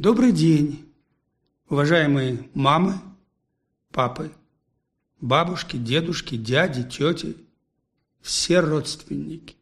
Добрый день, уважаемые мамы, папы, бабушки, дедушки, дяди, тети, все родственники.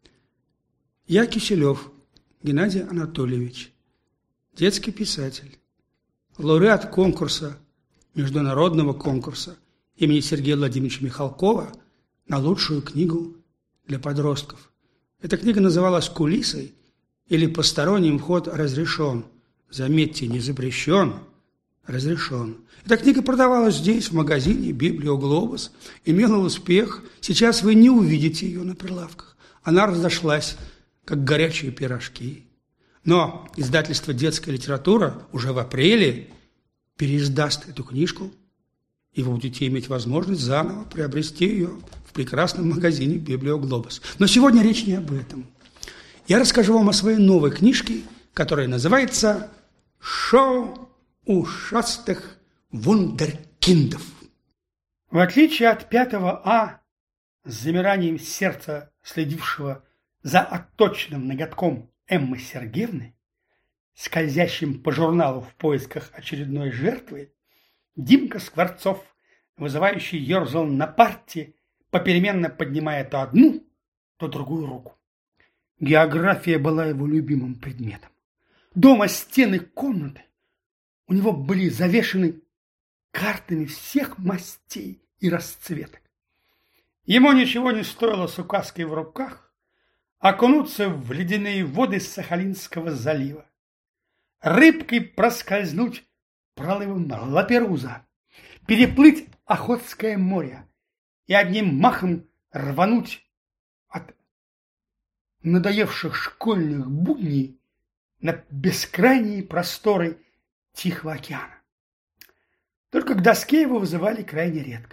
Я Киселев Геннадий Анатольевич, детский писатель, лауреат конкурса, международного конкурса имени Сергея Владимировича Михалкова на лучшую книгу для подростков. Эта книга называлась «Кулисой» или «Посторонним вход разрешен». Заметьте, не запрещен, разрешен. Эта книга продавалась здесь, в магазине «Библиоглобус», имела успех. Сейчас вы не увидите ее на прилавках. Она разошлась, как горячие пирожки. Но издательство «Детская литература» уже в апреле переиздаст эту книжку, и вы будете иметь возможность заново приобрести ее в прекрасном магазине «Библиоглобус». Но сегодня речь не об этом. Я расскажу вам о своей новой книжке, которая называется «Шоу ушастых вундеркиндов». В отличие от 5 А, с замиранием сердца, следившего за отточенным ноготком Эммы Сергеевны, скользящим по журналу в поисках очередной жертвы, Димка Скворцов, вызывающий, ерзал на парте, попеременно поднимая то одну, то другую руку. География была его любимым предметом. Дома стены комнаты у него были завешены картами всех мастей и расцветок. Ему ничего не стоило с указкой в руках окунуться в ледяные воды Сахалинского залива, рыбкой проскользнуть пролывом Лаперуза, переплыть Охотское море и одним махом рвануть от надоевших школьных будней на бескрайние просторы Тихого океана. Только к доске его вызывали крайне редко.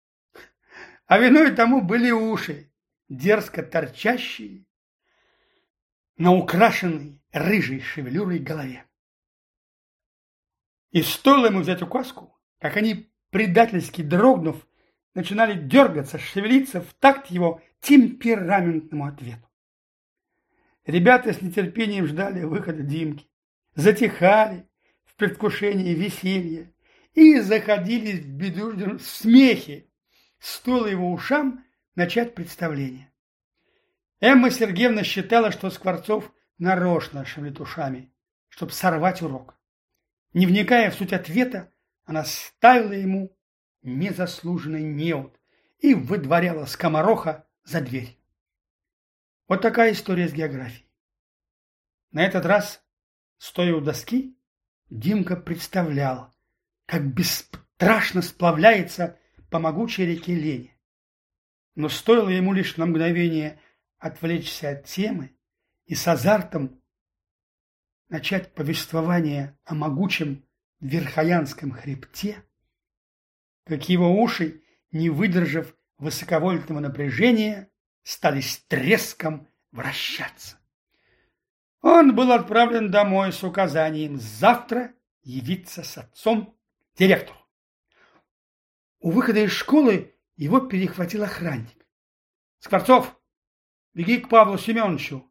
А виной тому были уши, дерзко торчащие на украшенной рыжей шевелюрой голове. И стоило ему взять указку, как они, предательски дрогнув, начинали дергаться, шевелиться в такт его темпераментному ответу. Ребята с нетерпением ждали выхода Димки, затихали в предвкушении веселья и заходились в безудержном смехе, стоило его ушам начать представление. Эмма Сергеевна считала, что Скворцов нарочно шевелит ушами, чтобы сорвать урок. Не вникая в суть ответа, она ставила ему незаслуженный неуд и выдворяла скомороха за дверь. Вот такая история с географией. На этот раз, стоя у доски, Димка представлял, как бесстрашно сплавляется по могучей реке Лени. Но стоило ему лишь на мгновение отвлечься от темы и с азартом начать повествование о могучем Верхоянском хребте, как его уши, не выдержав высоковольтного напряжения, стали с треском вращаться. Он был отправлен домой с указанием завтра явиться с отцом к директору. У выхода из школы его перехватил охранник. «Скворцов, беги к Павлу Семеновичу».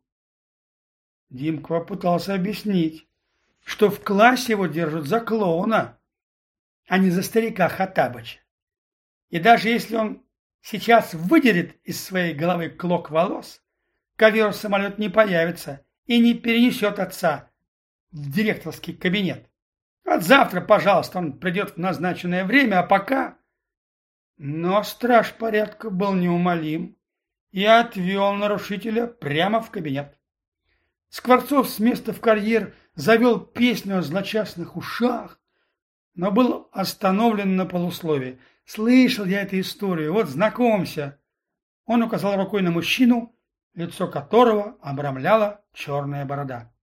Димка попытался объяснить, что в классе его держат за клоуна, а не за старика Хаттабыча. И даже если он сейчас выдерет из своей головы клок волос, ковер-самолет не появится и не перенесет отца в директорский кабинет. От завтра, пожалуйста, он придет в назначенное время, а пока... Но страж порядка был неумолим и отвел нарушителя прямо в кабинет. Скворцов с места в карьер завел песню о злочастных ушах, но был остановлен на полуслове. «Слышал я эту историю, вот знакомься». Он указал рукой на мужчину, лицо которого обрамляла черная борода.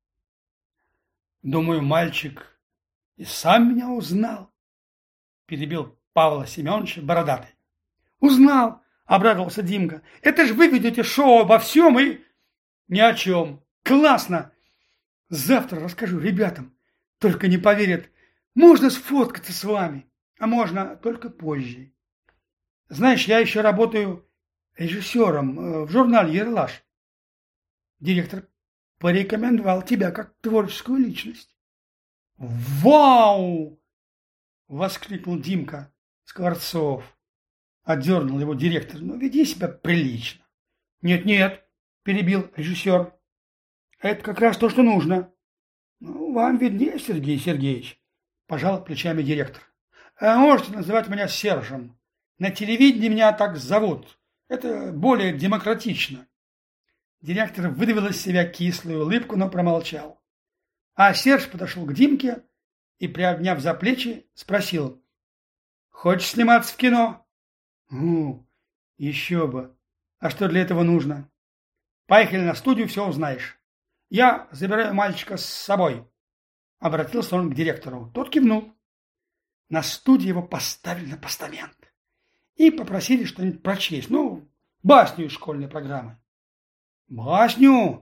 «Думаю, мальчик и сам меня узнал», — перебил Павла Семеновича бородатый. «Узнал», — обрадовался Димка. «Это ж вы ведете шоу обо всем и...» «Ни о чем. Классно. Завтра расскажу ребятам. Только не поверят. Можно сфоткаться с вами, а можно только позже. Знаешь, я еще работаю режиссером в журнале «Ералаш». Директор порекомендовал тебя как творческую личность. Вау! Воскликнул Димка Скворцов. Одернул его директор. Ну, веди себя прилично. Нет-нет, перебил режиссер. Это как раз то, что нужно. Ну, вам виднее, Сергей Сергеевич, пожал плечами директор. Можете называть меня Сержем. На телевидении меня так зовут. Это более демократично. Директор выдавил из себя кислую улыбку, но промолчал. А Серж подошел к Димке и, приобняв за плечи, спросил: «Хочешь сниматься в кино?» «Ну, еще бы. А что для этого нужно?» «Поехали на студию, все узнаешь. Я забираю мальчика с собой», — обратился он к директору. Тот кивнул. На студии его поставили на постамент и попросили что-нибудь прочесть. Ну, басню из школьной программы. «Басню?»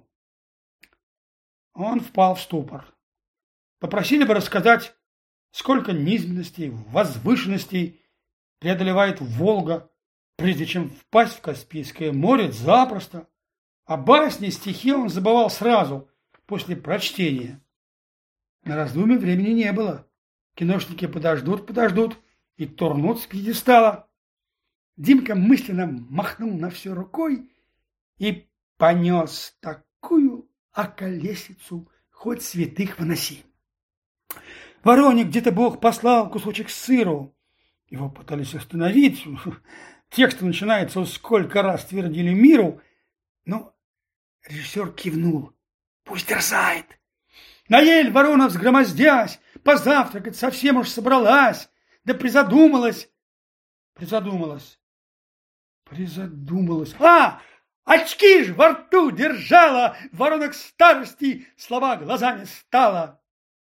Он впал в ступор. Попросили бы рассказать, сколько низменностей, возвышенностей преодолевает Волга, прежде чем впасть в Каспийское море запросто. А басни, стихи он забывал сразу, после прочтения. На раздумье времени не было. Киношники подождут и турнут с пьедестала. Димка мысленно махнул на все рукой и понес такую околесицу, хоть святых выноси. Вороне где-то Бог послал кусочек сыру. Его пытались остановить. Текст начинается: «Сколько раз твердили миру». Но режиссер кивнул. Пусть дерзает. На ель ворона взгромоздясь, позавтракать совсем уж собралась, да призадумалась. А! Очки ж во рту держала, ворона к старости слова глазами стала.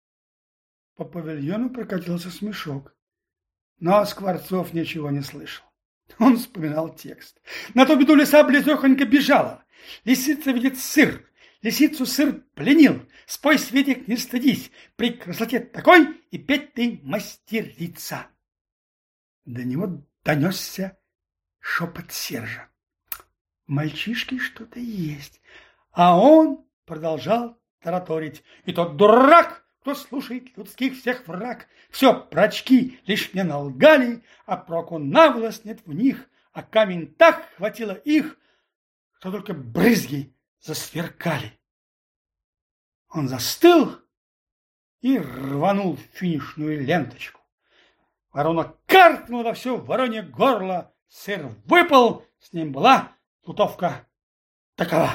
По павильону прокатился смешок, но Скворцов ничего не слышал. Он вспоминал текст. На то беду лиса близехонько бежала. Лисица видит сыр, лисицу сыр пленил. Спой, Светик, не стыдись, при красоте такой и петь ты мастерица. До него донесся шепот Сержа. В мальчишке что-то есть. А он продолжал тараторить. И тот дурак, кто слушает людских всех враг. Все про очки лишь мне налгали, а проку навласть нет в них, а камень так хватило их, что только брызги засверкали. Он застыл и рванул финишную ленточку. Ворона каркнула во все воронье горло, сыр выпал, с ним была плутовка такова.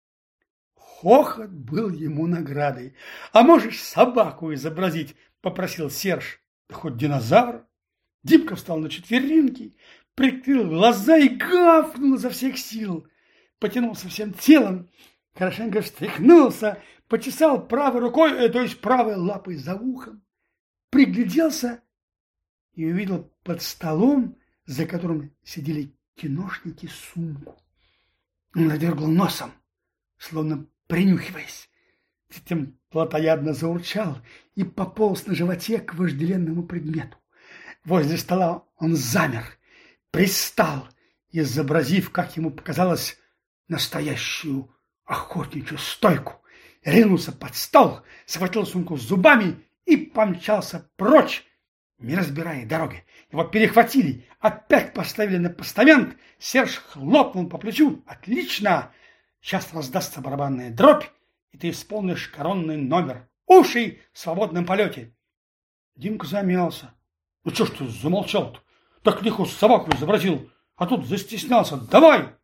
Хохот был ему наградой. «А можешь собаку изобразить?» — попросил Серж. «Да хоть динозавр». Димка встал на четвереньки, прикрыл глаза и гавкнул изо всех сил. Потянулся всем телом, хорошенько встряхнулся, почесал правой рукой, то есть правой лапой за ухом, пригляделся и увидел под столом, за которым сидели киношники, сумку. Он надергал носом, словно принюхиваясь, затем плотоядно заурчал и пополз на животе к вожделенному предмету. Возле стола он замер, пристал, изобразив, как ему показалось, настоящую охотничью стойку, ринулся под стол, схватил сумку зубами и помчался прочь, не разбирая дороги. Его перехватили, опять поставили на постамент. Серж хлопнул по плечу. «Отлично! Сейчас раздастся барабанная дробь, и ты исполнишь коронный номер. Уши в свободном полете!» Димка замялся. «Ну что ж ты замолчал-то? Так лихо собаку изобразил, а тут застеснялся. Давай!»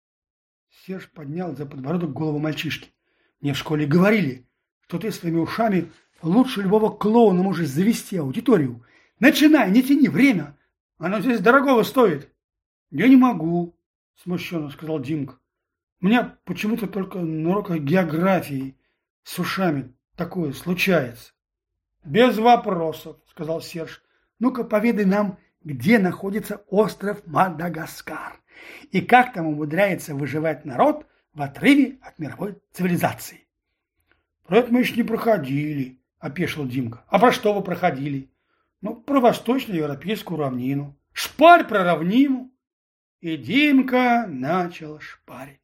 Серж поднял за подбородок голову мальчишки. «Мне в школе говорили, что ты своими ушами лучше любого клоуна можешь завести аудиторию. Начинай, не тяни время. Оно здесь дорогого стоит». «Я не могу», — смущенно сказал Димка. «У меня почему-то только на уроках географии с ушами такое случается». «Без вопросов», — сказал Серж. «Ну-ка, поведай нам, где находится остров Мадагаскар и как там умудряется выживать народ в отрыве от мировой цивилизации». «Про это мы еще не проходили», — опешил Димка. «А про что вы проходили?» «Ну, про восточноевропейскую равнину». «Шпарь про равнину». И Димка начал шпарить.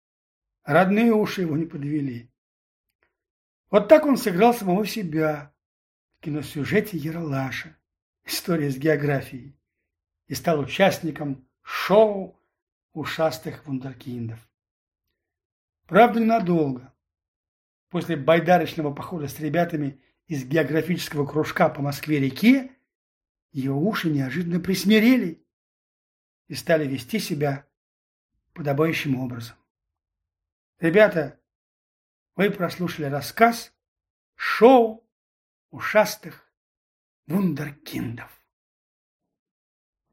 Родные уши его не подвели. Вот так он сыграл самого себя, в киносюжете Ералаша «История с географией» и стал участником шоу ушастых вундеркиндов. Правда, ненадолго. После байдарочного похода с ребятами из географического кружка по Москве-реке его уши неожиданно присмирели и стали вести себя подобающим образом. Ребята, вы прослушали рассказ «Шоу ушастых вундеркиндов».